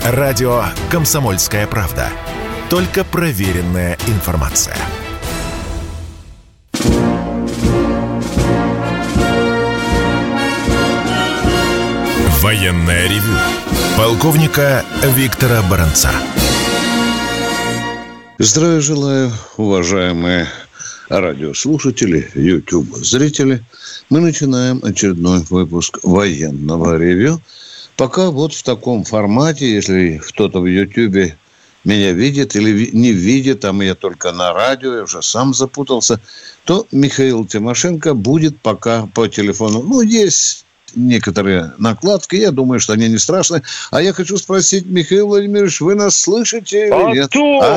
Радио «Комсомольская правда». Только проверенная информация. Военное ревю полковника Виктора Баранца. Здравия желаю, уважаемые радиослушатели, YouTube-зрители. Мы начинаем очередной выпуск военного ревю. Пока вот в таком формате, если кто-то в YouTube меня видит или не видит, а я только на радио, я уже сам запутался, то Михаил Тимошенко будет пока по телефону. Есть некоторые накладки, я думаю, что они не страшны. А я хочу спросить, Михаил Владимирович, вы нас слышите или нет?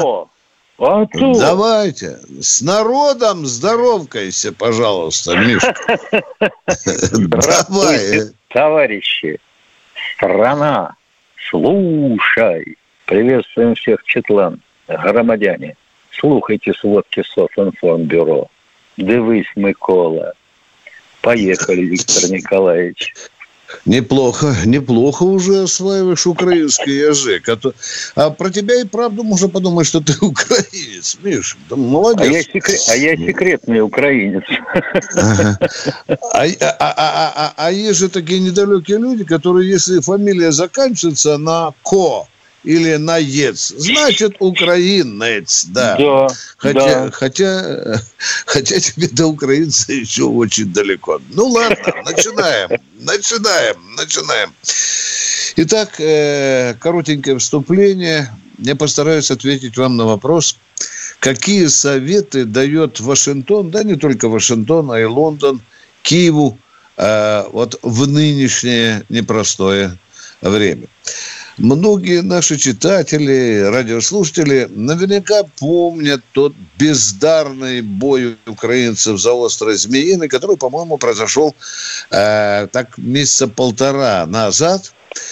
Давайте, с народом здоровкайся, пожалуйста, Мишка. Здравствуйте, товарищи. Страна, слушай. Приветствуем всех читлан, громадяне. Слухайте сводки Софинформбюро. Дивись, Микола. Поехали, Виктор Николаевич. Неплохо уже осваиваешь украинский язык. А про тебя и правду можно подумать, что ты украинец, Миш. Молодец. А я секретный украинец. А есть же такие недалекие люди, которые, если фамилия заканчивается на «ко» или на «ец», значит, украинец, да. Хотя тебе до украинца еще очень далеко. Ну, ладно, начинаем. Итак, коротенькое вступление. Я постараюсь ответить вам на вопрос, какие советы дает Вашингтон, да не только Вашингтон, а и Лондон, Киеву вот в нынешнее непростое время. Многие наши читатели, радиослушатели наверняка помнят тот бездарный бой украинцев за остров Змеиный, который, по-моему, произошел месяца полтора назад.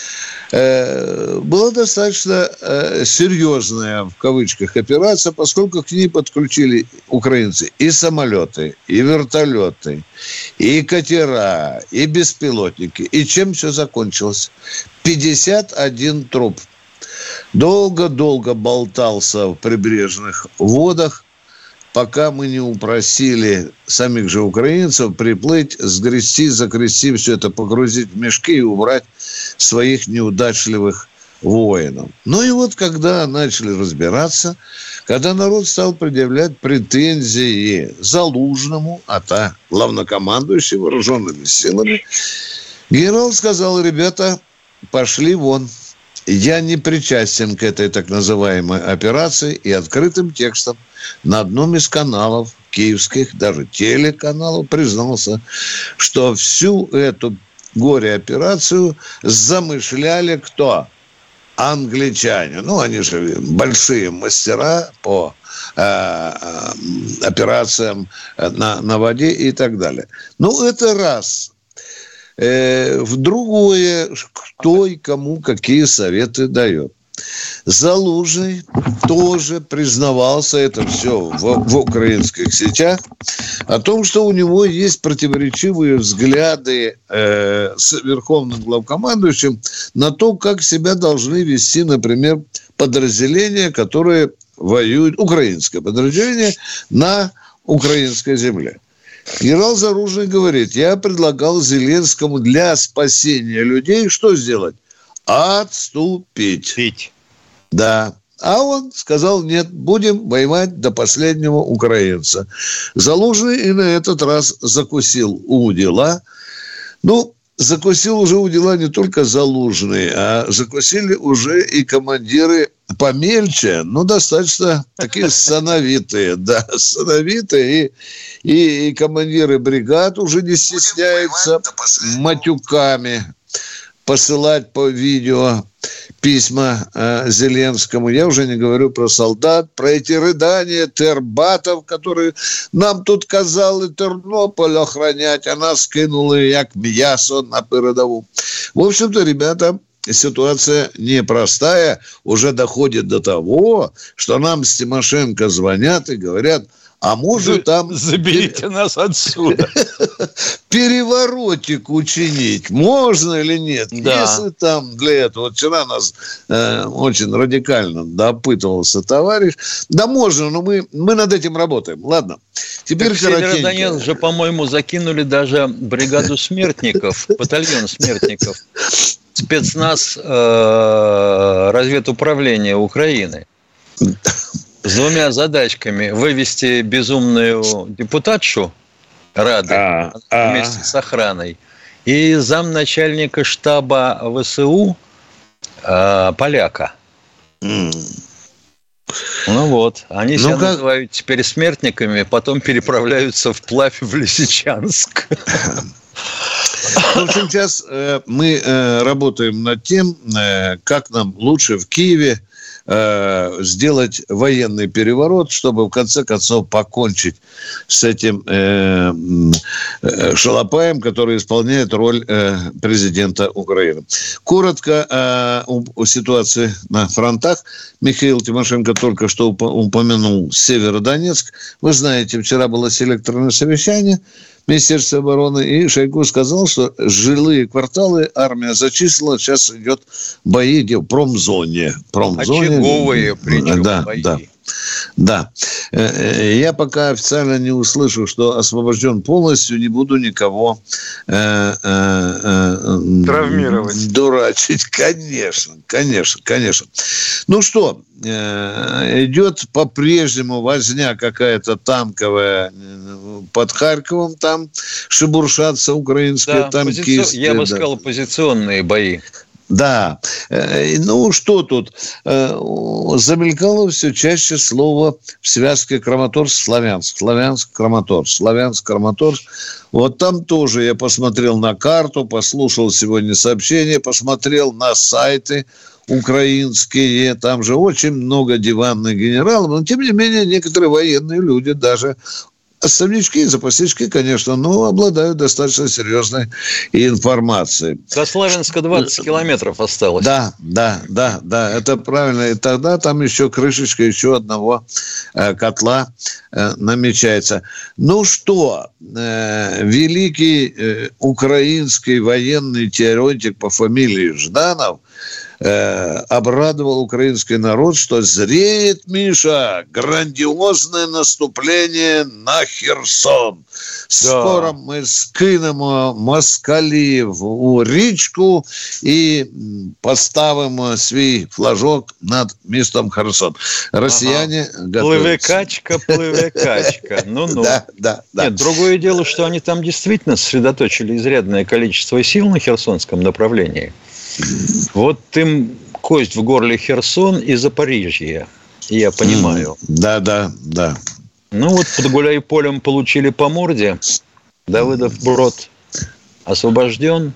Была достаточно серьезная, в кавычках, операция, поскольку к ней подключили украинцы и самолеты, и вертолеты, и катера, и беспилотники. И чем все закончилось? 51 труп. Долго-долго болтался в прибрежных водах, пока мы не упросили самих же украинцев приплыть, сгрести, закрести все это, погрузить в мешки и убрать своих неудачливых воинов. Ну и вот когда начали разбираться, когда народ стал предъявлять претензии Залужному, главнокомандующий вооруженными силами, генерал сказал: ребята, пошли вон. Я не причастен к этой так называемой операции, и открытым текстом на одном из каналов киевских, даже телеканалов, признался, что всю эту горе-операцию замышляли кто? Англичане. Они же большие мастера по операциям на воде и так далее. Это раз. В другое, кто и кому какие советы дает. Залужный тоже признавался, это все в украинских сетях, о том, что у него есть противоречивые взгляды с верховным главкомандующим на то, как себя должны вести, например, подразделения, которые воюют, украинское подразделение на украинской земле. Генерал Залужный говорит: я предлагал Зеленскому для спасения людей что сделать? Отступить. Да. А он сказал: нет, будем воевать до последнего украинца. Залужный и на этот раз закусил у дела. Закусил уже у дела не только Залужный, а закусили уже и командиры помельче, достаточно такие сановитые. Да, сановитые. И командиры бригад уже не стесняются матюками посылать по видео письма Зеленскому. Я уже не говорю про солдат, про эти рыдания тербатов, которые нам тут казали Тернополь охранять, а нас кинули як м'ясо на передову. В общем-то, ребята, ситуация непростая. Уже доходит до того, что нам с Тимошенко звонят и говорят: а может там... Заберите нас отсюда. Переворотик учинить можно или нет? Да. Если там для этого... Вот вчера нас очень радикально допытывался товарищ. Да можно, но мы над этим работаем. Ладно. Теперь Северодонецк же, по-моему, закинули даже бригаду смертников, батальон смертников, спецназ разведуправления Украины с двумя задачками: вывести безумную депутатшу Рады вместе с охраной и замначальника штаба ВСУ поляка. Ну вот, они себя называют теперь смертниками, потом переправляются вплавь в Лисичанск. В общем, сейчас мы работаем над тем, как нам лучше в Киеве сделать военный переворот, чтобы в конце концов покончить с этим шалопаем, который исполняет роль президента Украины. Коротко о ситуации на фронтах. Михаил Тимошенко только что упомянул Северодонецк. Вы знаете, вчера было селекторное совещание Министерства обороны, и Шойгу сказал, что жилые кварталы армия зачислила, сейчас идет бои в промзоне. Очаговые, причем, бои. Да. Я пока официально не услышу, что освобожден полностью, не буду никого травмировать. Дурачить. Конечно. Ну что, идет по-прежнему возня какая-то танковая под Харьковом, там шебуршатся украинские танкисты. Я бы сказал, позиционные бои. Да. Ну, что тут? Замелькало все чаще слово в связке Краматорск-Славянск. Славянск-Краматорск. Вот там тоже я посмотрел на карту, послушал сегодня сообщения, посмотрел на сайты украинские. Там же очень много диванных генералов. Но, тем не менее, некоторые военные люди даже... Особнячки и запаснички, конечно, но обладают достаточно серьезной информацией. До Славянска 20 километров осталось. Да, это правильно. И тогда там еще крышечка еще одного котла намечается. Ну что, великий украинский военный теоретик по фамилии Жданов обрадовал украинский народ, что зреет, Миша, грандиозное наступление на Херсон. Скоро мы скинемо москалів у річку і поставимо свій флажок над містом Херсон. Россияне готовятся. Пливе качка. Ну-ну. Да. Нет, другое дело, что они там действительно сосредоточили изрядное количество сил на Херсонском направлении. Вот им кость в горле Херсон и Запорожье, я понимаю. Да. Ну вот под Гуляйполем получили по морде. Давыдов Брод освобожден.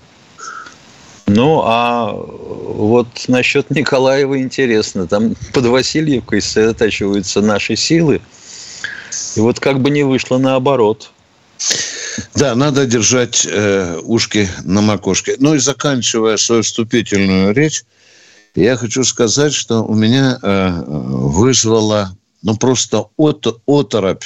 Ну, а вот насчет Николаева интересно. Там под Васильевкой сосредотачиваются наши силы. И вот как бы не вышло наоборот. Да, надо держать ушки на макушке. Ну и заканчивая свою вступительную речь, я хочу сказать, что у меня вызвало просто оторопь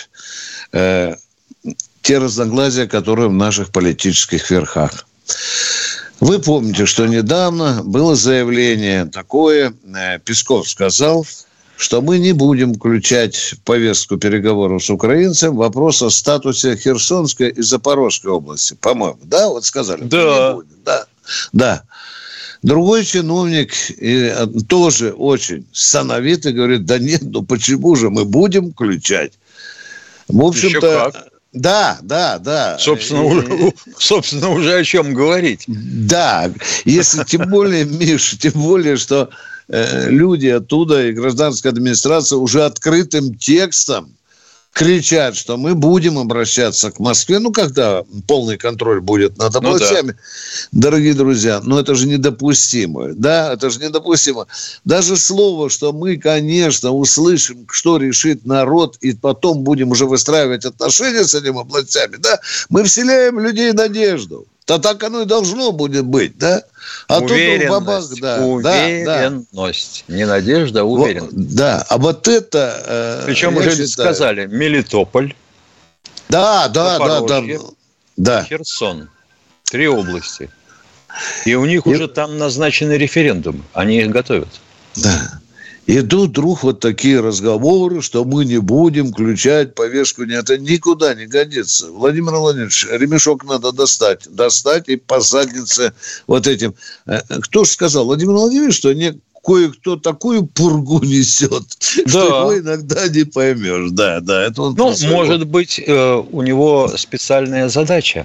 те разногласия, которые в наших политических верхах. Вы помните, что недавно было заявление такое, Песков сказал, что мы не будем включать в повестку переговоров с украинцем вопрос о статусе Херсонской и Запорожской области, по-моему. Да, вот сказали? Да. Да. Другой чиновник тоже очень сановитый говорит, да нет, ну почему же мы будем включать? В общем-то... Еще как? Да. Собственно, уже о чем говорить. Да, если тем более, Миш, что люди оттуда и гражданская администрация уже открытым текстом кричат, что мы будем обращаться к Москве, когда полный контроль будет над областями. Дорогие друзья, это же недопустимо. Да, это же недопустимо. Даже слово, что мы, конечно, услышим, что решит народ, и потом будем уже выстраивать отношения с этими областями, да, мы вселяем в людей надежду. Да так оно и должно будет быть, да? А уверенность, уверенность. Не надежда, а уверенность. Да, а вот это... Причем уже сказали, Мелитополь, Запорожье, Херсон. 3 области. И у них уже там назначены референдумы. Они их готовят. Да. Идут вдруг вот такие разговоры, что мы не будем включать повестку. Это никуда не годится. Владимир Владимирович, ремешок надо достать и по заднице вот этим. Кто же сказал? Владимир Владимирович, что кое-кто такую пургу несет, что его иногда не поймешь. Да, это он. Может быть, у него специальная задача.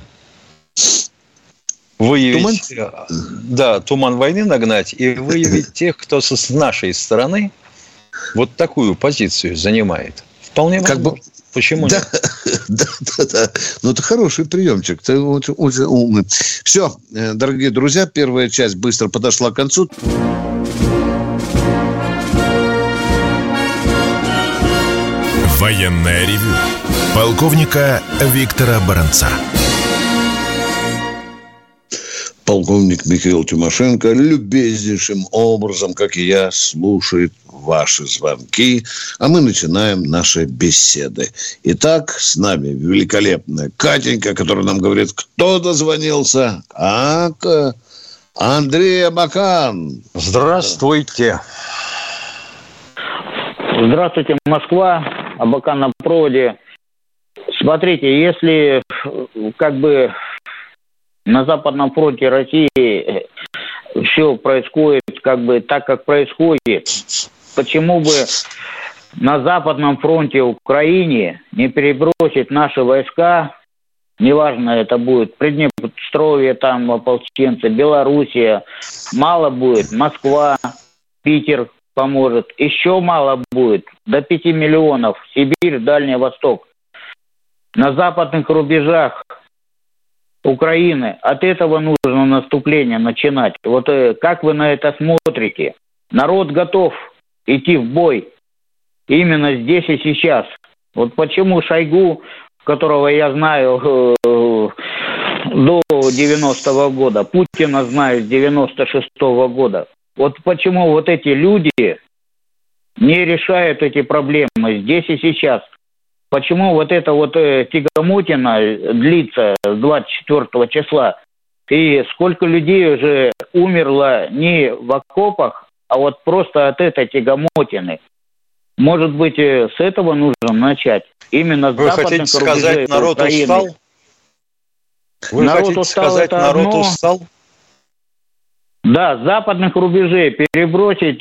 Выявить, туман войны нагнать и выявить тех, кто с нашей стороны вот такую позицию занимает. Вполне возможно. Почему нет? Да. Ну, это хороший приемчик. Ты очень умный. Все, дорогие друзья, первая часть быстро подошла к концу. Военное ревю полковника Виктора Баранца. Полковник Михаил Тимошенко любезнейшим образом, как и я, слушает ваши звонки, а мы начинаем наши беседы. Итак, с нами великолепная Катенька, которая нам говорит, кто дозвонился. Андрей Абакан. Здравствуйте. Здравствуйте, Москва. Абакан на проводе. Смотрите, если на Западном фронте России все происходит так, как происходит, почему бы на Западном фронте Украине не перебросить наши войска, неважно, это будет Приднестровье, там ополченцы, Белоруссия, мало будет, Москва, Питер поможет, еще мало будет, до 5 миллионов, Сибирь, Дальний Восток. На западных рубежах Украины. От этого нужно наступление начинать. Вот как вы на это смотрите? Народ готов идти в бой именно здесь и сейчас. Вот почему Шойгу, которого я знаю до 90-го года, Путина знаю с 96-го года, вот почему вот эти люди не решают эти проблемы здесь и сейчас? Почему вот эта тягомотина длится с 24 числа? И сколько людей уже умерло не в окопах, а вот просто от этой тягомотины? Может быть, с этого нужно начать? Именно с западных рубежей. Вы хотите сказать, народ Украины. Устал? Вы хотите сказать, народ устал? Да, с западных рубежей перебросить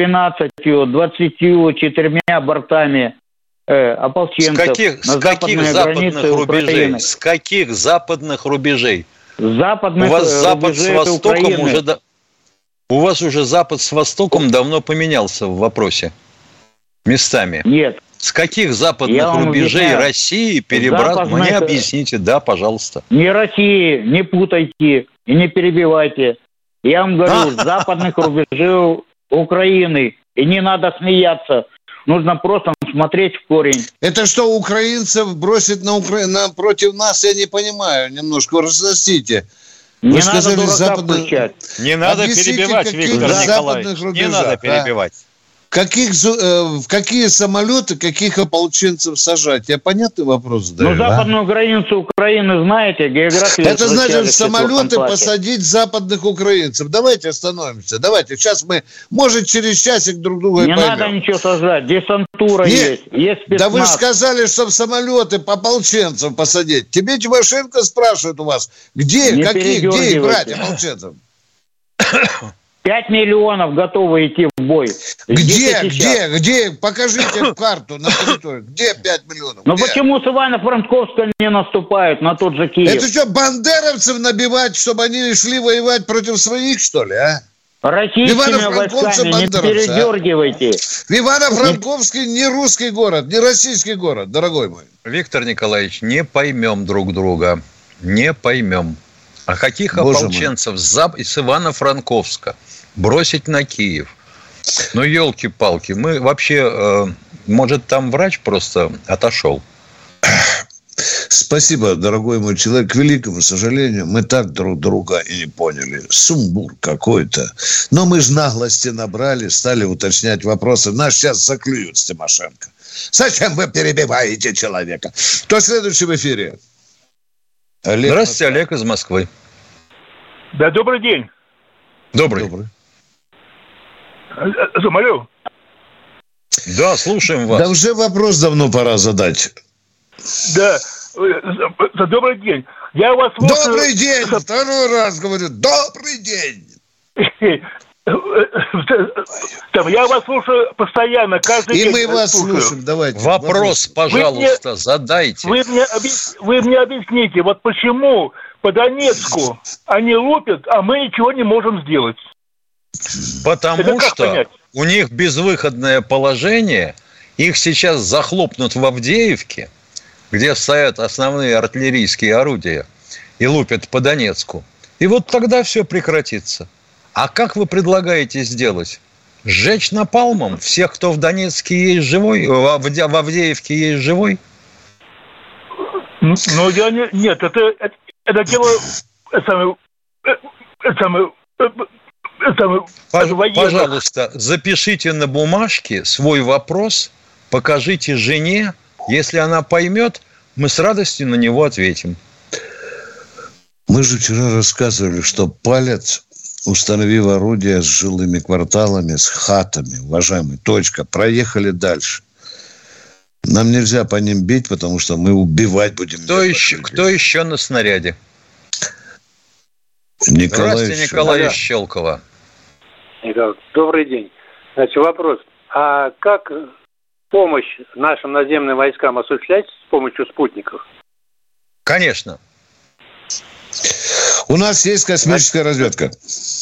12-24 бортами ополченцев с каких западных рубежей? С каких западных рубежей? Западных у вас Запад с Востоком Украины. У вас уже Запад с Востоком давно поменялся в вопросе местами. Нет. С каких западных рубежей России перебрать? Мне объясните, да, пожалуйста. Не России, не путайте и не перебивайте. Я вам говорю, с западных рубежей Украины. И не надо смеяться. Нужно просто смотреть в корень. Это что, украинцев бросить против нас, я не понимаю. Немножко разъясните. Не Вы сказали, надо дурака включать. Не надо перебивать, Виктор Николаевич. Не надо перебивать. В какие самолеты, каких ополченцев сажать? Я понятный вопрос задаю. Западную границу Украины знаете, географию. Это значит в самолеты посадить западных украинцев. Давайте остановимся. Давайте. Сейчас мы, может, через часик друг друга и поймем. Не надо ничего сажать. Десантура есть спецназ. Да вы же сказали, что в самолеты по ополченцев посадить. Тебе Тимошенко спрашивает у вас, где их брать ополченцев? 5 миллионов готовы идти в бой. Где? Покажите карту на территорию. Где 5 миллионов? Почему с Ивано-Франковска не наступают на тот же Киев? Это что, бандеровцев набивать, чтобы они шли воевать против своих, что ли, а? Российскими войсками не передергивайте. Ивано-Франковский не русский город, не российский город, дорогой мой. Виктор Николаевич, не поймем друг друга. Не поймем. А каких ополченцев из Ивано-Франковска бросить на Киев? Ну, елки-палки, мы вообще... может, там врач просто отошел? Спасибо, дорогой мой человек. К великому сожалению, мы так друг друга и не поняли. Сумбур какой-то. Но мы же наглости набрали, стали уточнять вопросы. Нас сейчас заклюют с Тимошенко. Зачем вы перебиваете человека? Кто следующий в эфире? Олег. Здравствуйте, Олег из Москвы. Да, добрый день. Добрый. Алло. Да, слушаем вас. Да уже вопрос давно пора задать. Да, добрый день. Я вас слушаю... Добрый день! Второй раз говорю, добрый день! Я вас слушаю постоянно, каждый день. И мы вас слушаем, давайте. Вопрос, пожалуйста, задайте. Вы мне объясните, вот почему по Донецку они лупят, а мы ничего не можем сделать? Потому что у них безвыходное положение, их сейчас захлопнут в Авдеевке, где стоят основные артиллерийские орудия, и лупят по Донецку. И вот тогда все прекратится. А как вы предлагаете сделать? Сжечь напалмом всех, кто в Донецке есть живой, в Авдеевке есть живой? Ну, я не... Нет, это дело... Пожалуйста, запишите на бумажке свой вопрос, покажите жене. Если она поймет, мы с радостью на него ответим. Мы же вчера рассказывали, что палец, установив орудие с жилыми кварталами, с хатами, уважаемый, точка, проехали дальше. Нам нельзя по ним бить, потому что мы убивать будем. Кто еще на снаряде? Здравствуйте, Николай Щелково. Добрый день. Значит, вопрос. А как помощь нашим наземным войскам осуществляется с помощью спутников? Конечно. У нас есть космическая разведка.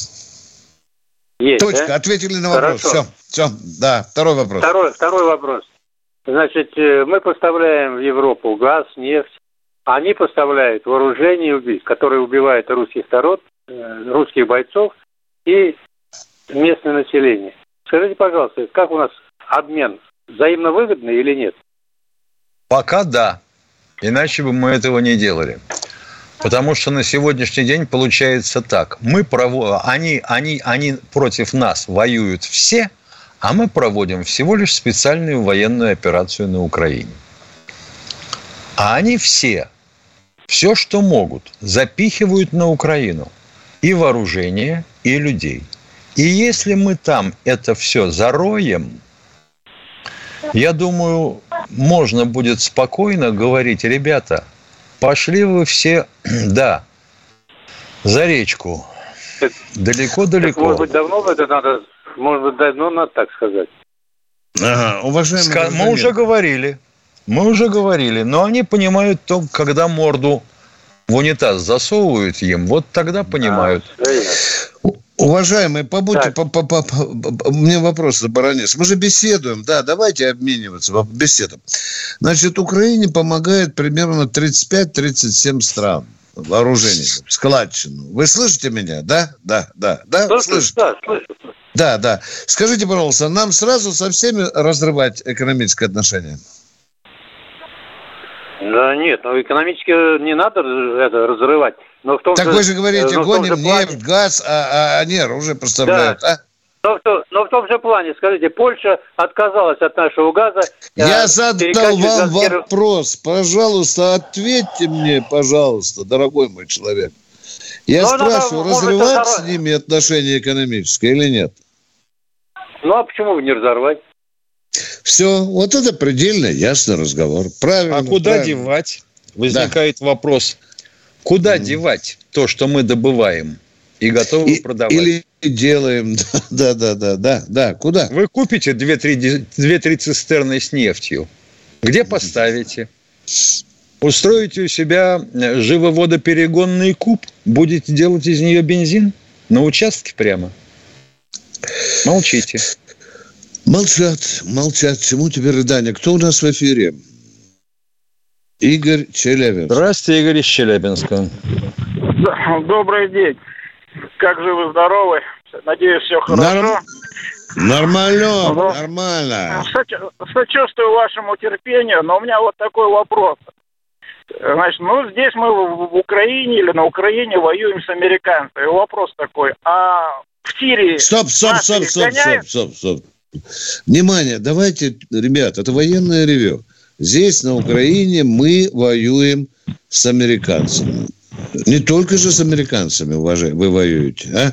Есть, точка. Да? Ответили на вопрос. Все. Да, второй вопрос. Второй вопрос. Значит, мы поставляем в Европу газ, нефть. Они поставляют вооружение и убийств, которые убивают русских народ, русских бойцов и местное население. Скажите, пожалуйста, как у нас обмен? Взаимно выгодный или нет? Пока да. Иначе бы мы этого не делали. Потому что на сегодняшний день получается так. Они против нас воюют все, а мы проводим всего лишь специальную военную операцию на Украине. А они все, что могут, запихивают на Украину и вооружение, и людей. И если мы там это все зароем, я думаю, можно будет спокойно говорить: ребята, пошли вы все, да, за речку. Далеко-далеко. Может быть, давно надо так сказать. Ага, уважаемый Мы уже говорили, но они понимают то, когда морду в унитаз засовывают им, вот тогда понимают. Уважаемые, побудьте, у меня вопрос за баронец. Мы же беседуем, да, давайте обмениваться беседом. Значит, Украине помогает примерно 35-37 стран вооружением, складчину. Вы слышите меня, да? Да, слышите? Да, слышу. Да. Скажите, пожалуйста, нам сразу со всеми разрывать экономические отношения? Да нет, экономически не надо это разрывать. Но в том так же, вы же говорите, гоним нефть, газ, а они оружие поставляют, да. Но в том же плане, скажите, Польша отказалась от нашего газа. Я задал вам вопрос. Пожалуйста, ответьте мне, пожалуйста, дорогой мой человек. Я спрашиваю, разрывать с ними отношения экономические или нет? Ну, а почему бы не разорвать? Все, вот это предельно ясный разговор. Правильно. А куда девать? Возникает вопрос. Куда девать то, что мы добываем и готовы продавать? Или делаем. Да. Куда? Вы купите 2-3 цистерны с нефтью. Где поставите? Устроите у себя живоводоперегонный куб? Будете делать из нее бензин? На участке прямо? Молчите. Молчат. Чему тебе рыдание? Кто у нас в эфире? Игорь Челябинск. Здравствуйте, Игорь из Челябинска. Добрый день. Как же вы, здоровы? Надеюсь, все хорошо. Нормально. Сочувствую вашему терпению, но у меня вот такой вопрос. Значит, здесь мы в Украине или на Украине воюем с американцами. Вопрос такой, а в Сирии... Стоп. Внимание, давайте, ребят, это военное ревю. Здесь, на Украине, мы воюем с американцами. Не только же с американцами вы воюете, а?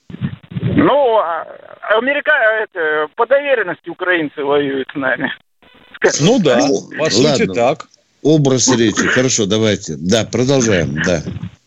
По доверенности украинцы воюют с нами. Ну да, по сути так. Образ речи. Хорошо, давайте. Да, продолжаем, да.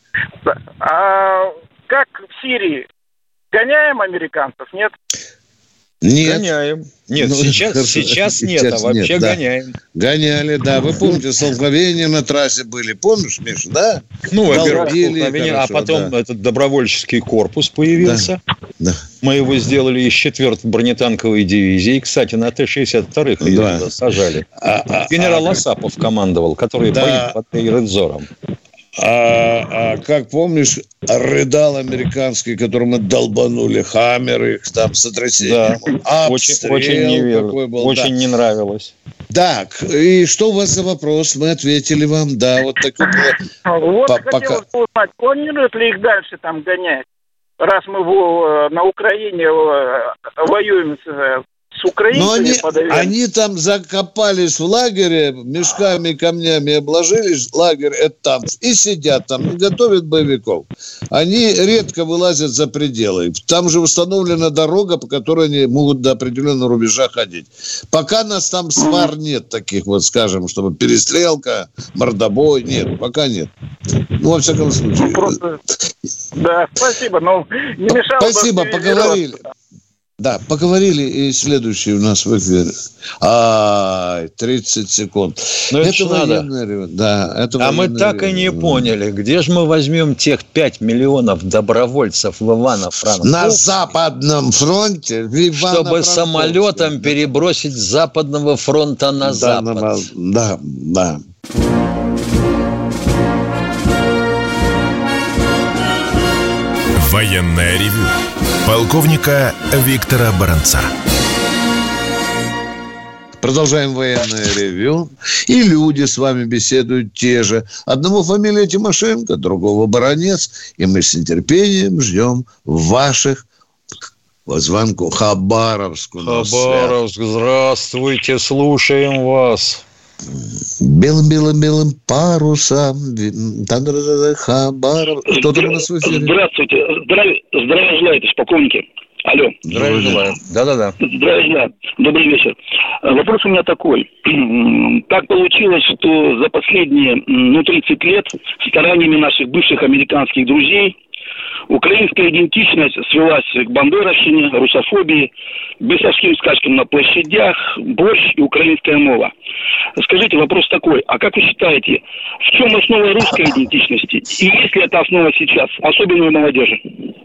А как в Сирии? Гоняем американцев, нет? Нет. Гоняем. Нет, сейчас нет, а вообще да. гоняем. Гоняли, да. Вы помните, столкновения на трассе были. Помнишь, Миша, да? Во-первых, столкновения, а потом этот добровольческий корпус появился. Да. Мы его сделали из 4-й бронетанковой дивизии. Кстати, на Т-62 ее туда сажали. Генерал Асапов командовал, который погиб под Эйр-Эдзором. Как помнишь, рыдал американский, которому долбанули «Хаммеры», их там сотрясением. Да, очень неверно. Очень не нравилось. Так, и что у вас за вопрос? Мы ответили вам, да, вот такой. Хотелось бы узнать, планируют ли их дальше там гонять? Раз мы на Украине воюем с украинцами. Но они там закопались в лагере, мешками и камнями обложились, лагерь это там, и сидят там, и готовят боевиков. Они редко вылазят за пределы. Там же установлена дорога, по которой они могут до определенного рубежа ходить. Пока нас там свар нет таких, вот скажем, чтобы перестрелка, мордобой, нет, пока нет. Во всяком случае. Да, спасибо, но не мешало бы... Спасибо, поговорили. Да, поговорили, и следующий у нас в эфире. 30 секунд. Это надо. Да, это мы так и не поняли, где же мы возьмем тех 5 миллионов добровольцев в Ивано-Франковске? На Западном фронте? Чтобы самолетом перебросить с Западного фронта на Запад. Да. Военное ревю полковника Виктора Баранца. Продолжаем военное ревю. И люди с вами беседуют те же. Одного фамилия Тимошенко, другого Баранец. И мы с нетерпением ждем ваших звонков. Хабаровск. Здравствуйте, слушаем вас. Белым парусом. Хабаров. Кто там у нас в эфире? Здравствуйте. Здравия желаю, полковники. Алло. Здравия желаю. Да. Здравия желаю. Добрый вечер. Вопрос у меня такой. Так получилось, что за последние 30 лет стараниями наших бывших американских друзей украинская идентичность свелась к бандеровщине, русофобии, бесовским скачкам на площадях, борщ и украинская мова. Скажите, вопрос такой, а как вы считаете, в чем основа русской идентичности? И есть ли эта основа сейчас, особенно у молодежи?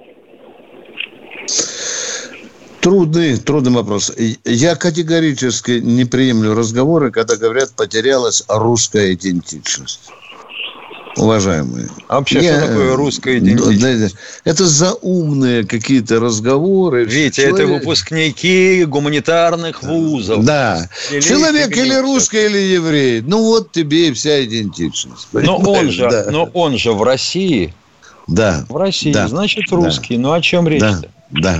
Трудный вопрос. Я категорически не приемлю разговоры, когда говорят, потерялась русская идентичность. Уважаемые. А вообще, что такое русская идентичность? Это заумные какие-то разговоры. Видите, это выпускники гуманитарных вузов. Да. Человек или русский, или еврей. Ну, вот тебе и вся идентичность. Но он же в России. Да. В России, да. Значит, русский. Да. Ну, о чем речь-то? Да.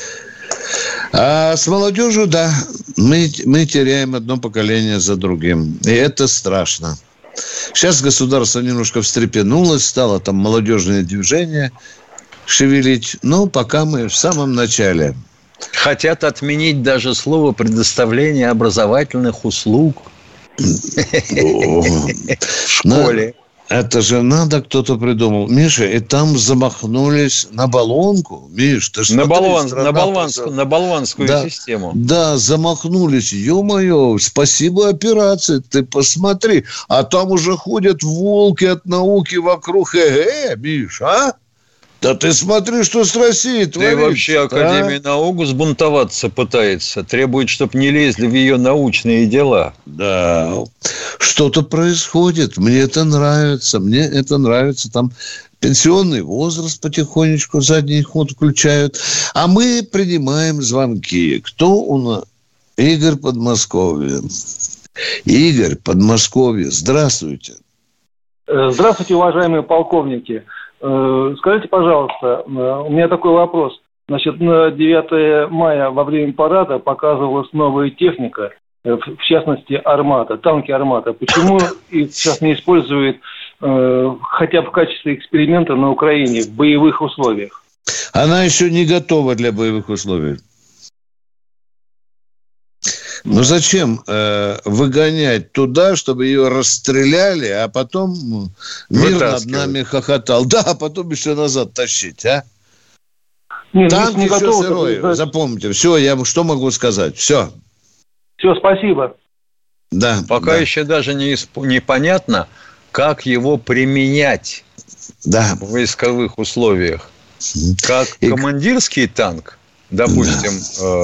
А с молодежью, да, мы теряем одно поколение за другим. И это страшно. Сейчас государство немножко встрепенулось, стало там молодежное движение шевелить. Но пока мы в самом начале. Хотят отменить даже слово предоставление образовательных услуг в школе. Это же надо, кто-то придумал. Миша, и там замахнулись на баллонку. Миш, ты что? На болванскую систему. Да, замахнулись. Ё-моё, спасибо операции. Ты посмотри. А там уже ходят волки от науки вокруг. Миш, а? Да ты смотри, что с Россией творится. Да и вообще Академия наук сбунтоваться пытается. Требует, чтобы не лезли в ее научные дела. Да. Что-то происходит. Мне это нравится. Там пенсионный возраст потихонечку задний ход включают. А мы принимаем звонки. Кто у нас? Игорь, Подмосковье. Здравствуйте. Здравствуйте, уважаемые полковники. Скажите, пожалуйста, у меня такой вопрос. Значит, на 9 мая во время парада показывалась новая техника, в частности, «Армата», танки «Армата». Почему их сейчас не используют хотя бы в качестве эксперимента на Украине в боевых условиях? Она еще не готова для боевых условий. Но зачем выгонять туда, чтобы ее расстреляли, а потом мир над нами хохотал? Да, а потом еще назад тащить, а? Танк еще сырой, запомните. Все, я что могу сказать? Все. Все, спасибо. Да. Пока еще даже непонятно, как его применять в войсковых условиях. Как командирский танк, допустим,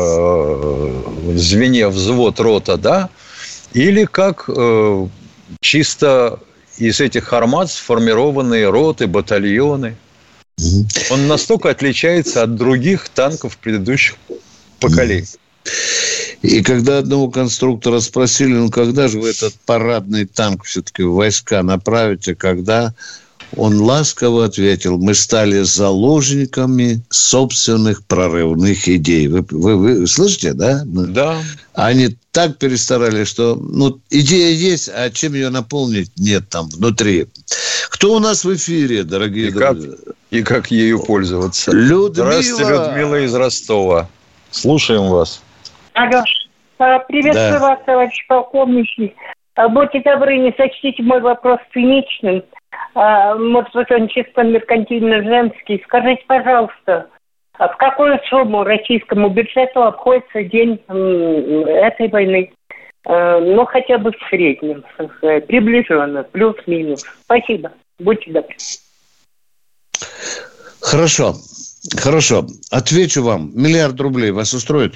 в звене взвод, рота, да? Или как чисто из этих армат сформированные роты, батальоны. Он настолько отличается от других танков предыдущих поколений. И когда одного конструктора спросили, ну когда же вы этот парадный танк все-таки в войска направите, когда... Он ласково ответил: мы стали заложниками собственных прорывных идей. Вы слышите, да? Да. Они так перестарались, что идея есть, а чем ее наполнить, нет там внутри. Кто у нас в эфире, дорогие друзья? И как ею пользоваться? Людмила. Здравствуйте, Людмила из Ростова. Слушаем вас. Алло. Приветствую вас, товарищ полковники. Будьте добры, не сочтите мой вопрос циничным. Может быть, он чисто меркантильно-женский. Скажите, пожалуйста, в какую сумму российскому бюджету обходится день этой войны? Ну, хотя бы в среднем, приближенно, плюс-минус. Спасибо. Будьте добры. Хорошо. Отвечу вам. 1 миллиард рублей вас устроит?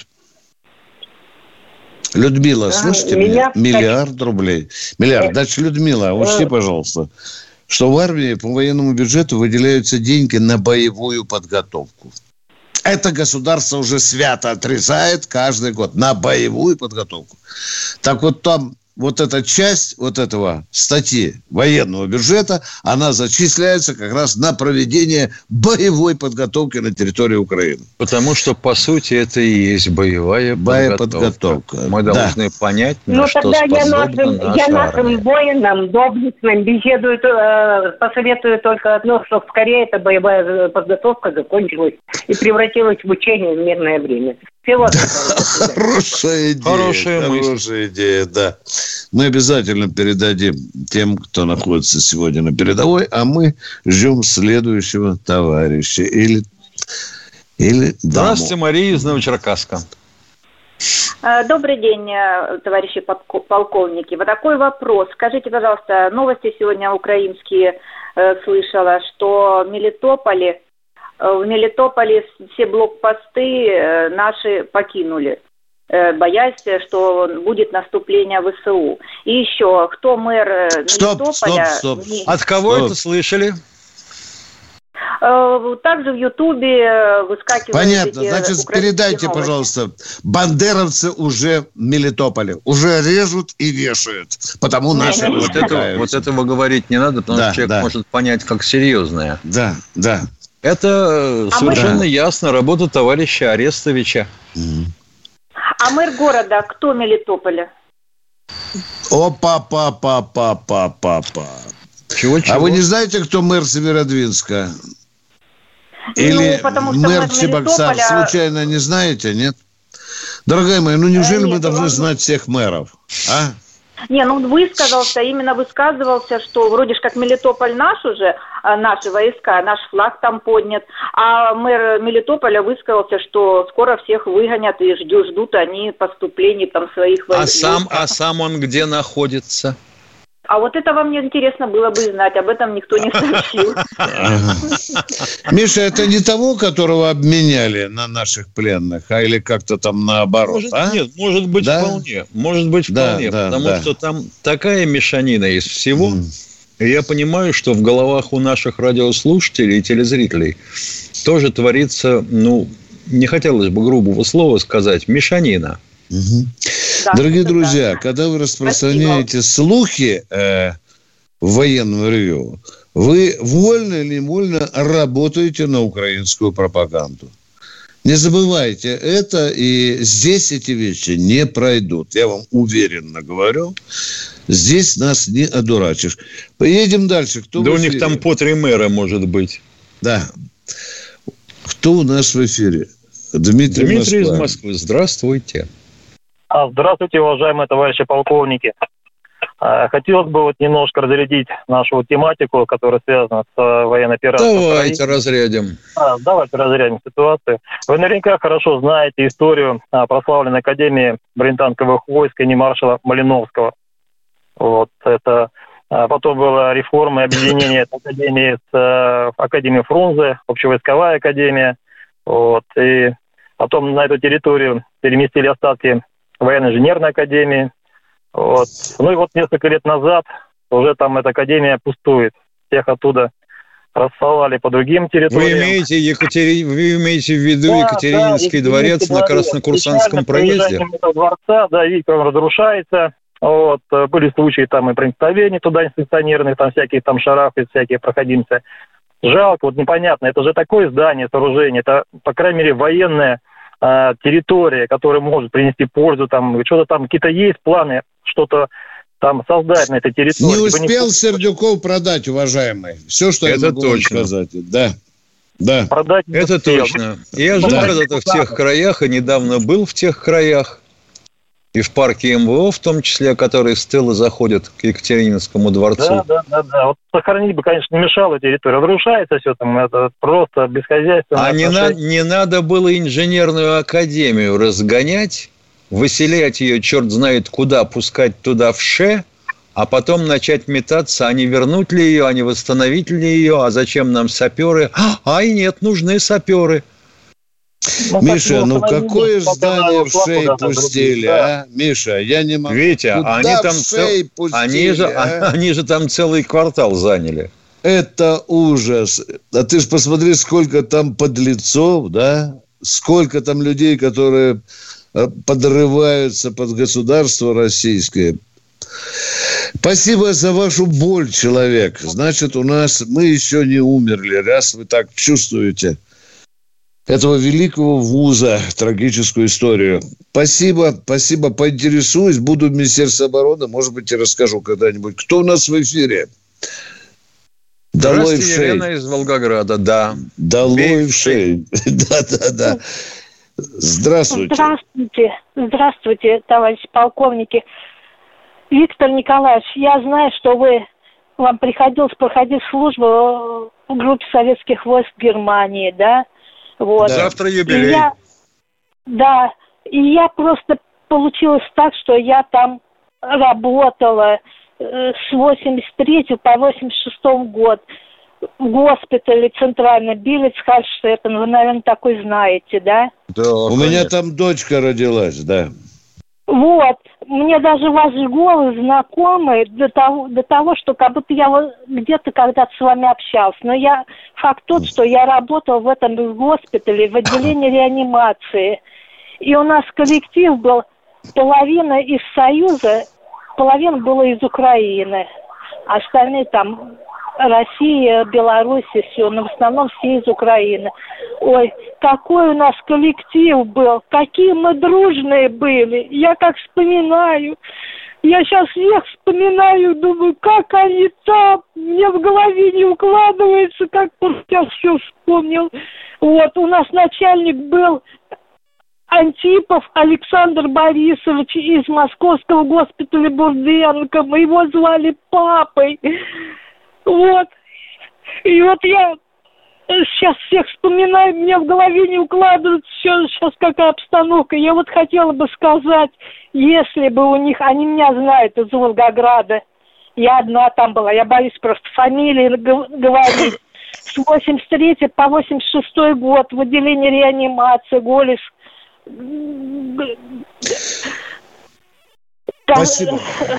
Людмила, слышите меня? 1 миллиард рублей. Миллиард. Значит, Людмила, учти, пожалуйста, что в армии по военному бюджету выделяются деньги на боевую подготовку. Это государство уже свято отрезает каждый год на боевую подготовку. Так вот там вот эта часть вот этого статьи военного бюджета, она зачисляется как раз на проведение боевой подготовки на территории Украины. Потому что, по сути, это и есть боевая подготовка. Мы должны понять, на что способна наша я нашим воинам доблестным посоветую только одно, что скорее эта боевая подготовка закончилась и превратилась в учение в мирное время. Хорошая идея, да. Мы обязательно передадим тем, кто находится сегодня на передовой, а мы ждем следующего товарища или даму. Здравствуйте, Мария из Новочеркасска. Добрый день, товарищи полковники. Вот такой вопрос. Скажите, пожалуйста, новости сегодня украинские слышала, что в Мелитополе все блокпосты наши покинули, боясь, что будет наступление ВСУ. И еще, кто мэр Мелитополя... Стоп. От кого это слышали? Также в Ютубе выскакивают... Понятно. Значит, передайте, новости. Пожалуйста, бандеровцы уже в Мелитополе. Уже режут и вешают. Потому наши вот этого говорить не надо, потому что человек может понять, как серьезное. Да. Это совершенно ясно. Работа товарища Арестовича. А мэр города кто Мелитополя? Чего? А вы не знаете, кто мэр Северодвинска? Или мэр Чебоксар? Случайно не знаете, нет? Дорогая моя, неужели мы должны знать всех мэров? А? Высказывался, что вроде как Мелитополь наш уже, наши войска, наш флаг там поднят, а мэр Мелитополя высказался, что скоро всех выгонят и ждут они поступлений там своих войск. А сам он где находится? А вот это вам интересно было бы знать, об этом никто не сообщил. Миша, это не того, которого обменяли на наших пленных, а или как-то там наоборот? Нет, может быть вполне. Потому что там такая мешанина из всего. И я понимаю, что в головах у наших радиослушателей и телезрителей тоже творится, не хотелось бы грубого слова сказать, мешанина. Дорогие друзья, когда вы распространяете слухи, в военном ревью, вы вольно или невольно работаете на украинскую пропаганду. Не забывайте это, и здесь эти вещи не пройдут. Я вам уверенно говорю, здесь нас не одурачишь. Поедем дальше. Кто да у них там по 3 мэра, может быть. Да. Кто у нас в эфире? Дмитрий из Москвы. Здравствуйте. Здравствуйте, уважаемые товарищи полковники. Хотелось бы вот немножко разрядить нашу тематику, которая связана с военной операцией. Давайте разрядим. Давайте разрядим ситуацию. Вы наверняка хорошо знаете историю прославленной Академии бронетанковых войск имени маршала Малиновского. Вот это потом была реформа и объединение этой академии с Академией Фрунзе, общевойсковая академия. Вот, и потом на эту территорию переместили остатки военно-инженерной академии. Вот. Ну и вот несколько лет назад уже там эта академия пустует. Всех оттуда рассылали по другим территориям. Вы имеете в виду Екатерининский дворец на Краснокурсанском проезде? Дворца, да, видите, он разрушается. Вот. Были случаи там и проникновений туда несанкционированных, там всякие там шарафы, всякие проходимцы. Жалко, вот непонятно, это же такое здание, сооружение, это, по крайней мере, военная территория, которая может принести пользу, там, что-то там, какие-то есть планы, что-то там создать на этой территории. Не успел Сердюков продать, уважаемый. Все, что это я могу точно сказать. Да. Да. Продать это точно. Я жил когда-то в тех краях, и недавно был в тех краях. И в парке МВО, в том числе, который с тыла заходит к Екатерининскому дворцу. Да. Вот сохранить бы, конечно, не мешало территорию. Разрушается все там, это просто бесхозяйственно. А не надо было инженерную академию разгонять, выселять ее черт знает куда, пускать туда вше, а потом начать метаться, а не вернуть ли ее, а не восстановить ли ее, а зачем нам саперы? Ай, нет, нужны саперы. Миша, какое здание в шей пустили, а? Миша, я не могу. Витя, они же там целый квартал заняли. Это ужас. А ты ж посмотри, сколько там подлецов, да? Сколько там людей, которые подрываются под государство российское. Спасибо за вашу боль, человек. Значит, мы еще не умерли, раз вы так чувствуете этого великого вуза, трагическую историю. Спасибо, поинтересуюсь, буду в Министерстве обороны, может быть, и расскажу когда-нибудь. Кто у нас в эфире? Долой в шей. Елена из Волгограда, да. Долой в шей. Да. Здравствуйте. Здравствуйте, товарищи полковники. Виктор Николаевич, я знаю, что вам приходилось проходить службу в группе советских войск Германии, да? Вот. Завтра юбилей. И я просто получилось так, что я там работала с 83 по 86 год в госпитале центральном Билец-Хальштеттен. Вы, наверное, такой знаете, да? Да, у меня там дочка родилась, да. Вот. Мне даже ваш голос знакомый до того, что как будто я где-то когда-то с вами общался. Но факт тот, что я работала в этом госпитале, в отделении реанимации. И у нас коллектив был половина из Союза, половина была из Украины. Остальные там Россия, Беларусь и все. Но в основном все из Украины. Ой, какой у нас коллектив был, какие мы дружные были. Я как вспоминаю. Я сейчас всех вспоминаю, думаю, как они там. Мне в голове не укладывается, как он сейчас все вспомнил. Вот, у нас начальник был Антипов Александр Борисович из Московского госпиталя Бурденко. Мы его звали папой. Вот. И вот я сейчас всех вспоминаю, мне в голове не укладывается сейчас какая обстановка. Я вот хотела бы сказать, если бы у них, они меня знают из Волгограда, я одна там была, я боюсь просто фамилии говорить. С 83 по 86 год в отделении реанимации, Голес. Спасибо.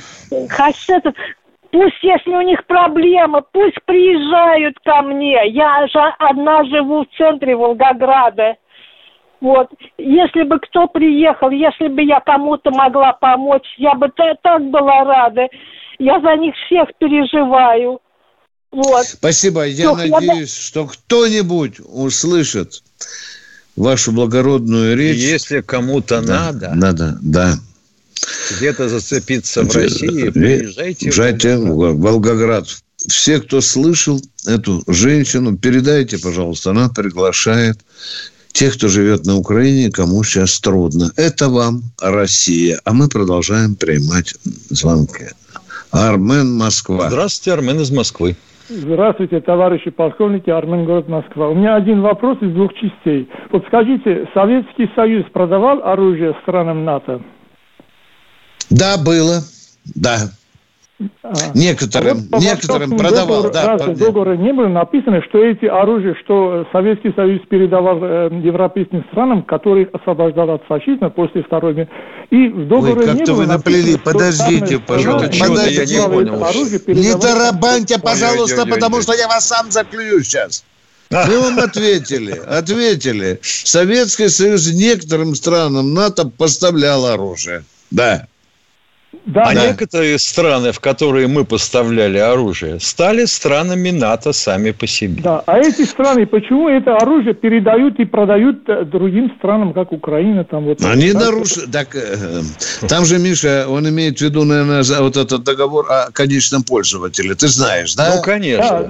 Пусть, если у них проблемы, пусть приезжают ко мне. Я же одна живу в центре Волгограда. Вот. Если бы кто приехал, если бы я кому-то могла помочь, я бы так была рада. Я за них всех переживаю. Вот. Спасибо. Я надеюсь, что кто-нибудь услышит вашу благородную речь. Если кому-то надо, где-то зацепиться в России, приезжайте в Волгоград. Все, кто слышал эту женщину, передайте, пожалуйста. Она приглашает тех, кто живет на Украине, кому сейчас трудно. Это вам Россия. А мы продолжаем принимать звонки. Армен, Москва. Здравствуйте, Армен из Москвы. Здравствуйте, товарищи полковники, Армен, город Москва. У меня один вопрос из двух частей. Вот скажите, Советский Союз продавал оружие странам НАТО? Да, было. Да. Некоторым продавал. В договоре не было написано, что эти оружия, что Советский Союз передавал европейским странам, которые освобождал от фашизма после Второй мировой. И в договоре не было вы наплели. Подождите, пожалуйста. Я не понял. Не тарабаньте, пожалуйста, потому что я вас сам заклюю сейчас. Мы вам ответили. Советский Союз некоторым странам НАТО поставлял оружие. Да. Некоторые страны, в которые мы поставляли оружие, стали странами НАТО сами по себе. Да, а эти страны, почему это оружие передают и продают другим странам, как Украина? Там, вот, они нарушили. Там же, Миша, он имеет в виду, наверное, вот этот договор о конечном пользователе. Ты знаешь, да? Ну, конечно.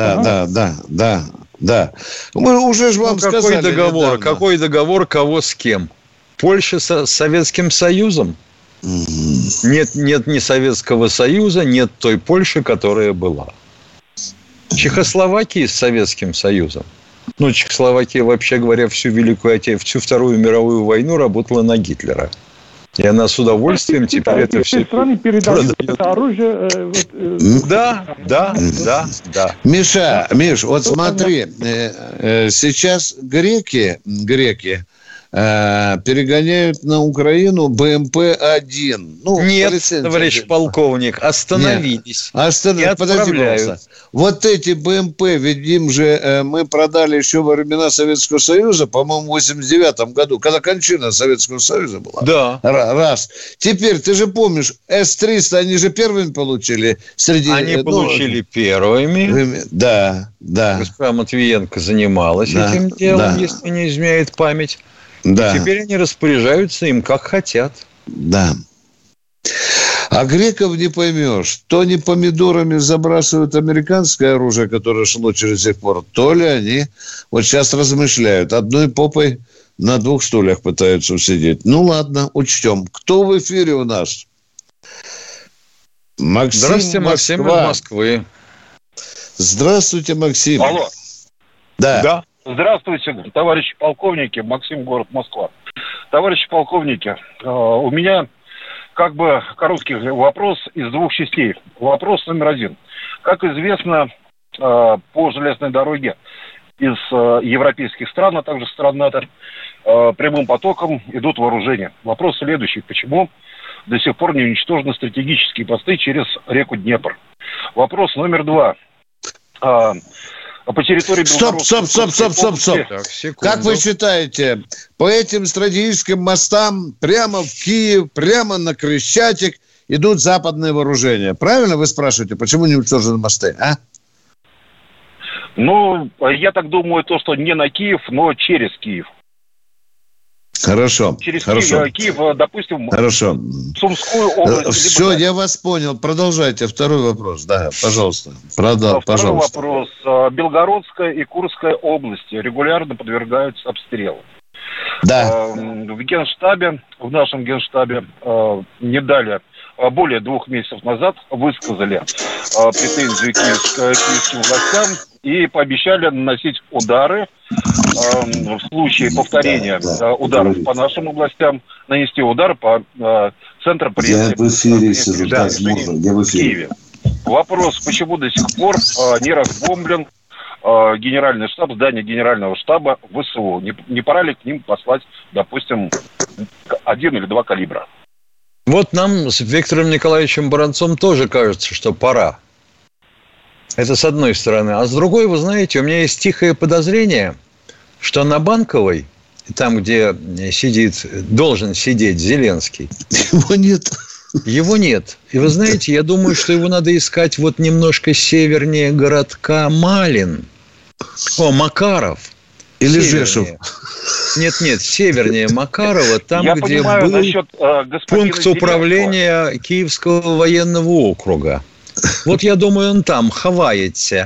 Да. Мы уже же вам сказали. Какой договор, кого с кем? Польша с Советским Союзом? Нет ни Советского Союза, нет той Польши, которая была. Чехословакия с Советским Союзом. Чехословакия, вообще говоря, всю Вторую мировую войну работала на Гитлера. И она с удовольствием теперь это все передают это оружие. Да. Миш, вот смотри, сейчас греки перегоняют на Украину БМП-1. Нет, товарищ полковник, остановились. Подожди, пожалуйста. Вот эти БМП, ведь им же мы продали еще во времена Советского Союза, по-моему, в 89 году, когда кончина Советского Союза была. Да. Раз. Теперь, ты же помнишь, С-300 они же первыми получили среди... Они получили первыми. Да. Госпожа Матвиенко занималась этим делом, если не изменяет память. Да. Теперь они распоряжаются им как хотят. Да. А греков не поймешь. То они помидорами забрасывают американское оружие, которое шло через сих пор, то ли они вот сейчас размышляют. Одной попой на двух стульях пытаются усидеть. Ну, ладно, учтем. Кто в эфире у нас? Максим. Здравствуйте, Максим из Москвы. Здравствуйте, Максим. Алло. Да. Здравствуйте, товарищи полковники. Максим, город Москва. Товарищи полковники, у меня короткий вопрос из двух частей. Вопрос номер один. Как известно, по железной дороге из европейских стран, а также стран НАТО, прямым потоком идут вооружения. Вопрос следующий. Почему до сих пор не уничтожены стратегические посты через реку Днепр? Вопрос номер два. По территории Стоп. Как вы считаете, по этим стратегическим мостам прямо в Киев, прямо на Крещатик идут западные вооружения? Правильно вы спрашиваете, почему не уничтожены мосты, а? Я так думаю, что не на Киев, но через Киев. Хорошо. Через Киев, допустим, Сумскую область. Все, я вас понял. Продолжайте. Второй вопрос. Да, пожалуйста. Второй вопрос. Белгородская и Курская области регулярно подвергаются обстрелу. Да. В нашем Генштабе не далее, более 2 месяцев назад высказали претензии киевским властям и пообещали наносить удары в случае повторения ударов по нашим областти, нанести удар по центру прессы в Киеве. Вопрос, почему до сих пор не разбомблен генеральный штаб, здание генерального штаба ВСУ? Не пора ли к ним послать, допустим, 1 или 2 калибра? Вот нам с Виктором Николаевичем Баранцом тоже кажется, что пора. Это с одной стороны. А с другой, вы знаете, у меня есть тихое подозрение, что на Банковой, там, где должен сидеть Зеленский, его нет. Его нет. И вы знаете, я думаю, что его надо искать вот немножко севернее городка Малин. Макаров. Или Жешев. Нет, севернее Макарова, там, я где понимаю, был пункт управления Киевского военного округа. Вот я думаю, он там ховается.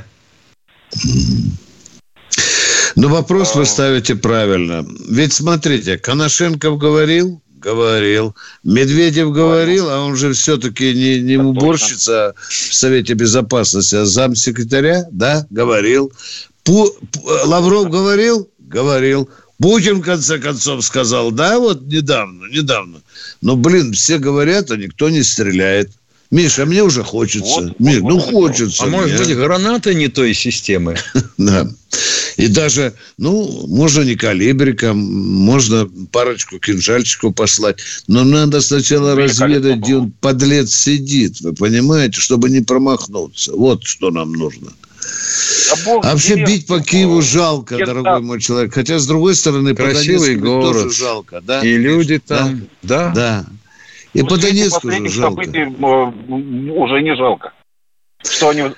Но вопрос вы ставите правильно. Ведь смотрите, Коношенков говорил, Медведев говорил, а он же все-таки не уборщица в Совете Безопасности, а замсекретаря, да, говорил. Лавров говорил. Путин, в конце концов, сказал, да, вот недавно. Но, все говорят, а никто не стреляет. Миша, мне уже хочется. Хочется. А может быть, граната не той системы? Да. И даже, можно не калибриком, можно парочку кинжальчиков послать. Но надо сначала разведать, где он, подлец, сидит. Вы понимаете? Чтобы не промахнуться. Вот что нам нужно. А вообще бить по Киеву жалко, дорогой мой человек. Хотя, с другой стороны, красивый город. Тоже жалко. Да? И люди там. Да. И по Донецку же жалко. Уже не жалко. Что они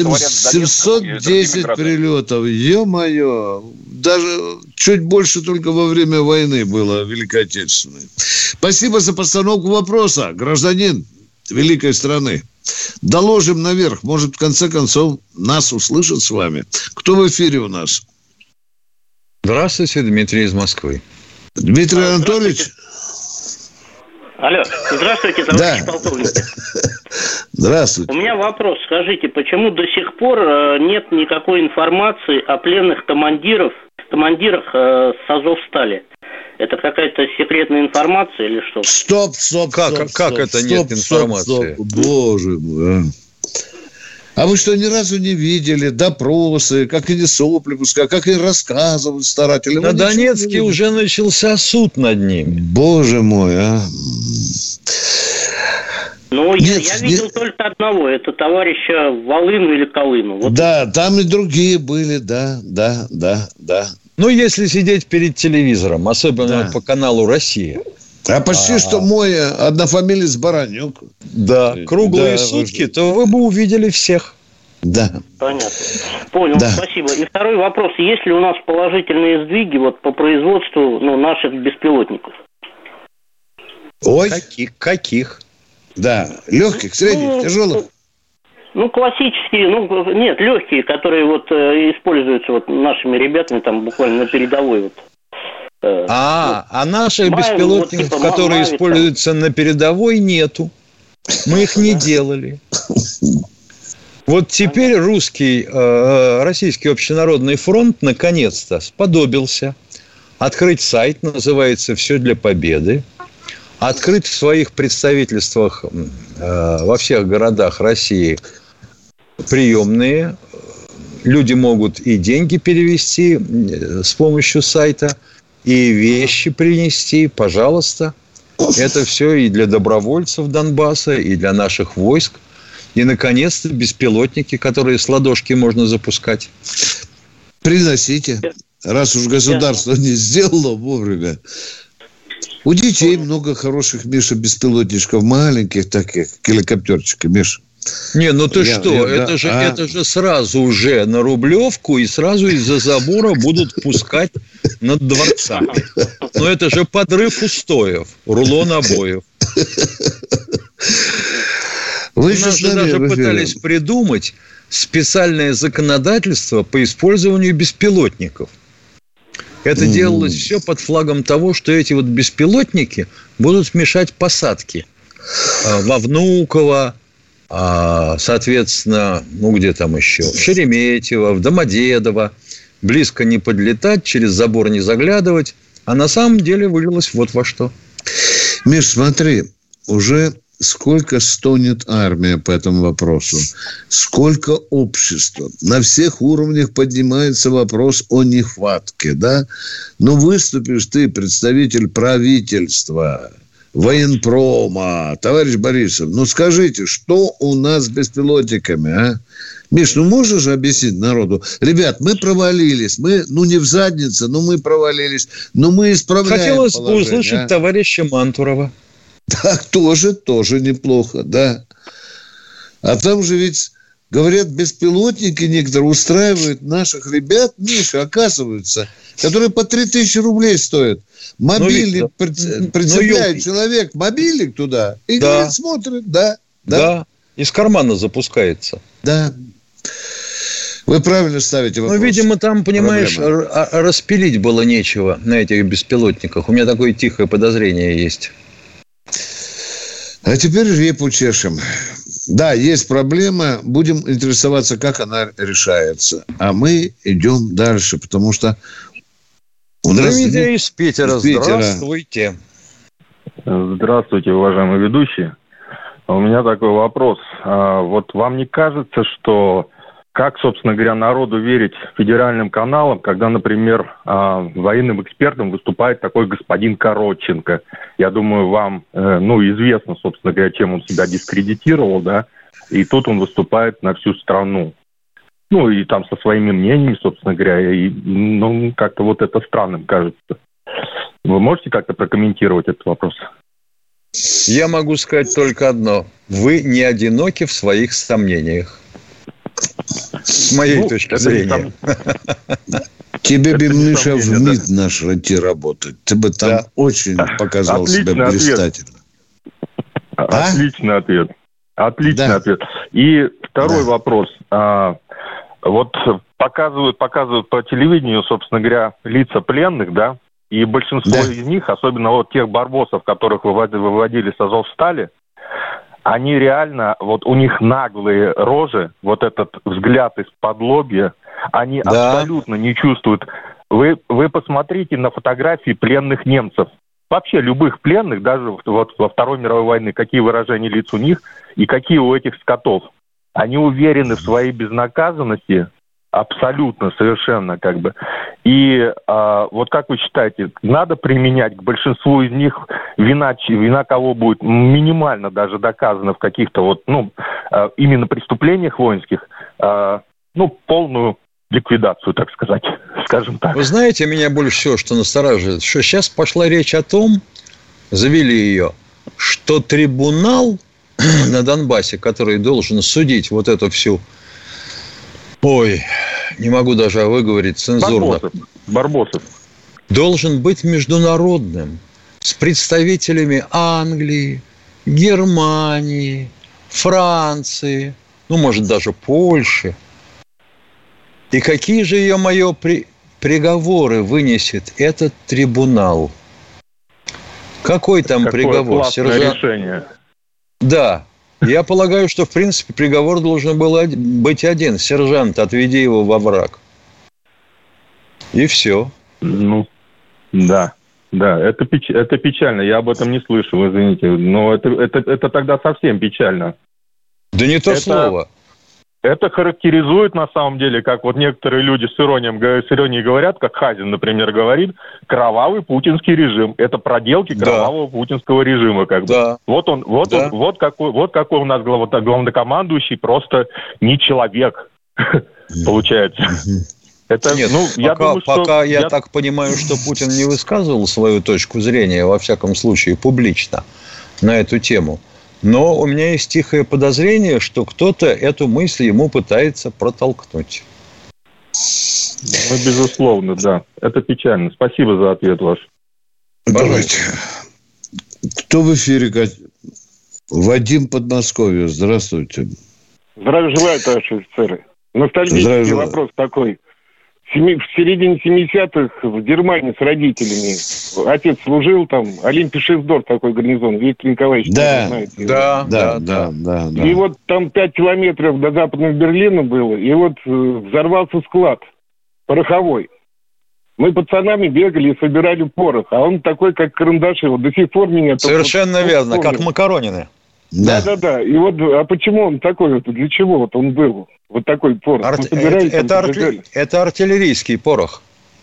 710 прилетов. Ё-моё. Даже чуть больше только во время войны было Великой Отечественной. Спасибо за постановку вопроса, гражданин великой страны. Доложим наверх. Может, в конце концов, нас услышат с вами. Кто в эфире у нас? Здравствуйте, Дмитрий из Москвы. Дмитрий Анатольевич? Алло, здравствуйте, товарищ полковник. Здравствуйте. У меня вопрос. Скажите, почему до сих пор нет никакой информации о пленных командирах с Азовстали? Это какая-то секретная информация или что? Стоп. Как это нет информации? Боже мой. А вы что, ни разу не видели допросы, как они сопли пускают, как они рассказывают старатели? На Донецке уже начался суд над ними. Боже мой, а. Я видел только одного. Это товарища Волыну или Колыну. Вот. Да, там и другие были, да. Если сидеть перед телевизором, особенно по каналу «Россия». А почти что мой однофамилец Баранюк. Да, круглые сутки, то вы бы увидели всех. Да. Понятно. Понял, спасибо. И второй вопрос. Есть ли у нас положительные сдвиги по производству наших беспилотников? Ой. Каких? Да, легких, средних, тяжелых. Классические, нет, легкие, которые используются нашими ребятами там буквально на передовой А наших беспилотников, которые используются на передовой, нету. Мы их не делали. Вот теперь Российский общенародный фронт наконец-то сподобился открыть сайт, называется «Все для победы», открыть в своих представительствах во всех городах России приемные. Люди могут и деньги перевести с помощью сайта, и вещи принести, пожалуйста. Это все и для добровольцев Донбасса, и для наших войск. И, наконец-то, беспилотники, которые с ладошки можно запускать. Приносите, раз уж государство не сделало вовремя. У детей много хороших, Миша, беспилотничков, маленьких таких, геликоптерчиков, Миша. Это же сразу уже на Рублевку и сразу из-за забора будут пускать над дворцами. Но это же подрыв устоев, рулон обоев. У нас же даже пытались придумать специальное законодательство по использованию беспилотников. Это делалось все под флагом того, что эти беспилотники будут мешать посадке во Внуково, соответственно, где там еще, в Шереметьево, в Домодедово, близко не подлетать, через забор не заглядывать, а на самом деле вылилось вот во что. Миш, смотри, уже сколько стонет армия по этому вопросу, сколько общества, на всех уровнях поднимается вопрос о нехватке, да? Но выступишь ты, представитель правительства, военпрома, товарищ Борисов, скажите, что у нас с беспилотниками, а? Миш, можешь же объяснить народу? Ребят, мы провалились, мы, не в заднице, но мы провалились, но мы исправляем Хотелось положение, бы услышать товарища Мантурова. Так тоже неплохо, да. А там же ведь, говорят, беспилотники некоторые устраивают наших ребят, Миша, оказывается, которые по 3000 рублей стоят. Мобильник прицепляет человек мобильник туда и говорит, смотрит, да. Из кармана запускается. Да. Вы правильно ставите вопрос. Ну, видимо, там, понимаешь, распилить было нечего на этих беспилотниках. У меня такое тихое подозрение есть. А теперь репу чешем. Да, есть проблема. Будем интересоваться, как она решается. А мы идем дальше, потому что у нас... Дмитрий из Питера. Здравствуйте. Здравствуйте, уважаемые ведущие. У меня такой вопрос. Вот вам не кажется, что как, собственно говоря, народу верить федеральным каналам, когда, например, военным экспертом выступает такой господин Коротченко? Я думаю, вам, известно, собственно говоря, чем он себя дискредитировал, да? И тут он выступает на всю страну. Ну, и там со своими мнениями, собственно говоря, и, как-то вот это странным кажется. Вы можете как-то прокомментировать этот вопрос? Я могу сказать только одно. Вы не одиноки в своих сомнениях. С моей точки зрения. Тебе бы, Миша, в МИД наш идти работать. Ты бы там очень показал себя блистательно. Отличный ответ. Отличный ответ. И второй вопрос. Вот показывают по телевидению, собственно говоря, лица пленных, да, и большинство из них, особенно вот тех барбосов, которых выводили с Азовстали, они реально, вот у них наглые рожи, вот этот взгляд из-под лобья, они абсолютно не чувствуют. Вы посмотрите на фотографии пленных немцев. Вообще любых пленных, даже вот во Второй мировой войне, какие выражения лиц у них и какие у этих скотов. Они уверены в своей безнаказанности, абсолютно, совершенно как бы. И вот как вы считаете, надо применять к большинству из них вина кого будет минимально даже доказано в каких-то именно преступлениях воинских, полную ликвидацию, так сказать, скажем так. Вы знаете, меня больше всего что настораживает, что сейчас пошла речь о том, завели ее, что трибунал на Донбассе, который должен судить вот эту всю... не могу даже выговорить цензурно. Барбосов. Должен быть международным, с представителями Англии, Германии, Франции, может, даже Польши. И какие же, ее-моё, приговоры вынесет этот трибунал? Какой там приговор? Сержант? Решение. Да. Я полагаю, что, в принципе, приговор должен был быть один. Сержант, отведи его во враг. И все. Да, это печально. Я об этом не слышал, извините. Но это тогда совсем печально. Да не то слово. Это характеризует, на самом деле, как вот некоторые люди с иронией говорят, как Хазин, например, говорит, кровавый путинский режим. Это проделки кровавого путинского режима, как бы. Вот какой у нас главнокомандующий, просто не человек, получается. Это, нет, я так понимаю, что Путин не высказывал свою точку зрения, во всяком случае, публично на эту тему. Но у меня есть тихое подозрение, что кто-то эту мысль ему пытается протолкнуть. Безусловно, да. Это печально. Спасибо за ответ ваш. Давайте. Кто в эфире? Вадим, Подмосковье. Здравствуйте. Здравия желаю, товарищи офицеры. Ностальгический вопрос такой. В середине 70-х в Германии с родителями. Отец служил там, Олимпий Шефдорф, такой гарнизон, Виктор Николаевич. Да. И вот там 5 километров до Западного Берлина было, и вот взорвался склад пороховой. Мы пацанами бегали и собирали порох, а он такой, как карандаши, вот до сих пор меня... Совершенно верно, как макаронины. Да. И вот, а почему он такой, для чего вот он был? Вот такой порох. Это артиллерийский порох.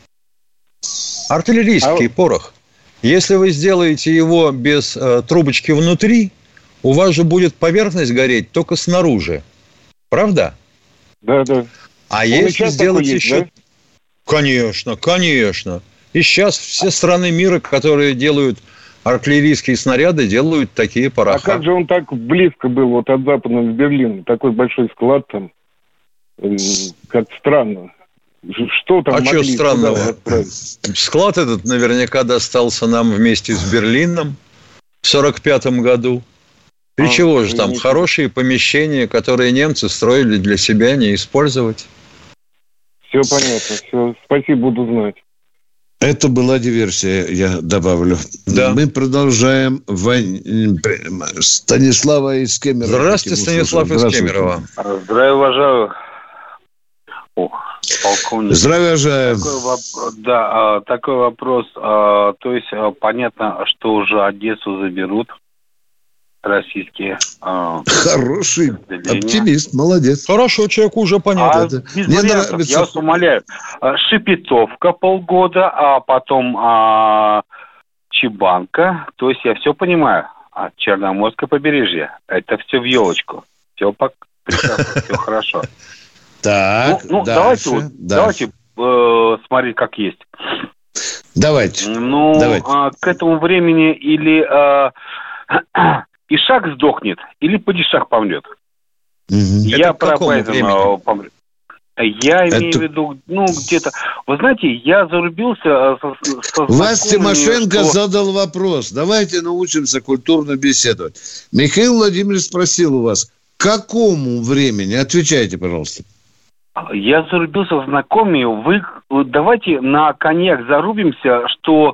Порох. Если вы сделаете его без трубочки внутри, у вас же будет поверхность гореть только снаружи. Правда? Да. А если сделать еще... Да? Конечно. И сейчас все страны мира, которые делают артиллерийские снаряды делают такие пороха. А как же он так близко был вот от Западного Берлина? Такой большой склад там. Как странно. Что там что могли странного? Склад этот наверняка достался нам вместе с Берлином в 1945 году. И чего же там? Хорошие помещения, которые немцы строили для себя, не использовать. Все понятно. Все. Спасибо, буду знать. Это была диверсия, я добавлю. Да. Мы продолжаем. Станислава из Кемерово. Здравствуйте, Станислав из Кемерово. Здравия, уважаю. Полковник. Здравия, уважаю. Такой вопрос. То есть, понятно, что уже Одессу заберут российские. Хороший оптимист, молодец. Хорошо, человеку уже понятно. Без вариантов, я вас умоляю. Шепетовка полгода, а потом Чебанка. То есть я все понимаю. Черноморское побережье. Это все в елочку. Все прекрасно, все хорошо. Так, давайте смотреть, как есть. Давайте. К этому времени или Ишак сдохнет, или Падишах помрет. Я про Байдена помру. Я имею в виду, где-то... Вы знаете, я зарубился со Вас Тимошенко задал вопрос. Давайте научимся культурно беседовать. Михаил Владимирович спросил у вас, к какому времени? Отвечайте, пожалуйста. Я зарубился в знакомые. Давайте на коньяк зарубимся, что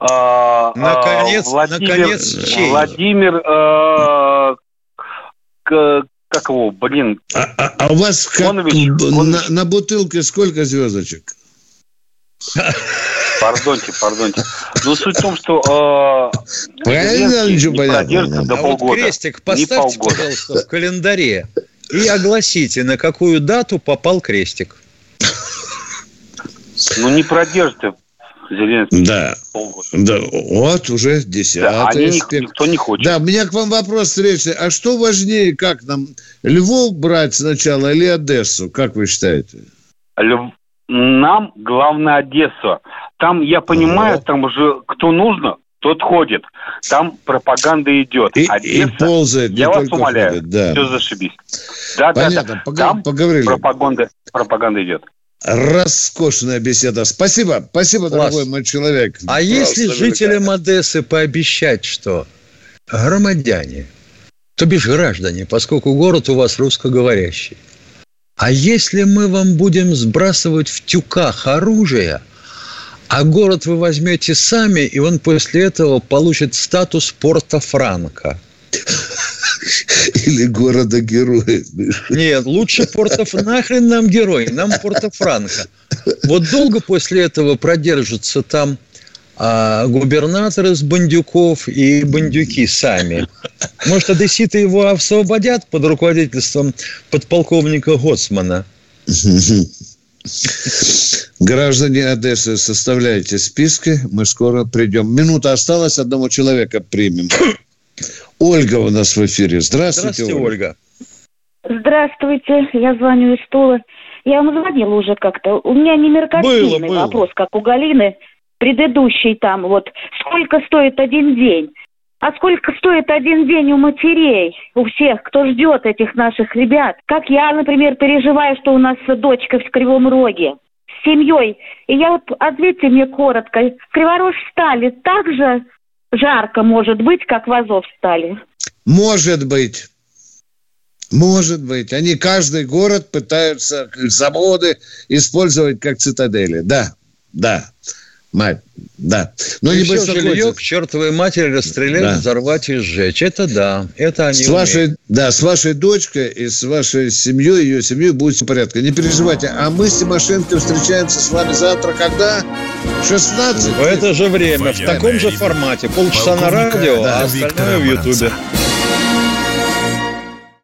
Владимир как его, блин... А у вас на бутылке сколько звездочек? Пардоньте. Суть в том, что не продержится до полгода. Вот крестик поставьте, пожалуйста, в календаре и огласите, на какую дату попал крестик. Не продержится Зеленский. Да, вот уже 10-й аспект. Никто не хочет. Да, у меня к вам вопрос встречный. А что важнее, как нам, Львов брать сначала или Одессу? Как вы считаете? Нам главное Одесса. Там, я понимаю, там уже кто нужно, тот ходит. Там пропаганда идет. И ползает. Я вас умоляю. Все зашибись. Понятно. Там поговорили. Пропаганда идет. Роскошная беседа. Спасибо, дорогой мой человек. А если жителям Одессы пообещать, что громадяне, то бишь граждане, поскольку город у вас русскоговорящий, а если мы вам будем сбрасывать в тюках оружие, а город вы возьмете сами, и он после этого получит статус Порто-Франко. Или города-героя. Нет, лучше нахрен нам герой, нам Порто-Франко. Вот долго после этого продержатся там губернатор из бандюков и бандюки сами. Может, одесситы его освободят под руководительством подполковника Гоцмана? Граждане Одессы, составляйте списки, мы скоро придем. Минута осталась, одного человека примем. Ольга у нас в эфире. Здравствуйте, Ольга. Здравствуйте, я звоню из Тулы. Я вам звонила уже как-то. У меня не меркантильный вопрос, как у Галины, предыдущий там. Вот сколько стоит один день? А сколько стоит один день у матерей, у всех, кто ждет этих наших ребят? Как я, например, переживаю, что у нас дочка в Кривом Роге с семьей. И я вот, ответьте мне коротко, в Криворожстале так же жарко может быть, как в Азовстале? Может быть. Они каждый город пытаются заводы использовать как цитадели. Да. Но и все жилье к чертовой матери расстрелять, взорвать и сжечь. Это да. Это они умеют. С вашей дочкой и с вашей семьей, ее семьей будет все в порядке. Не переживайте. А мы с Тимошенко встречаемся с вами завтра когда? 16? В это же время, в таком же формате. Полчаса на радио, а остальное в Ютубе.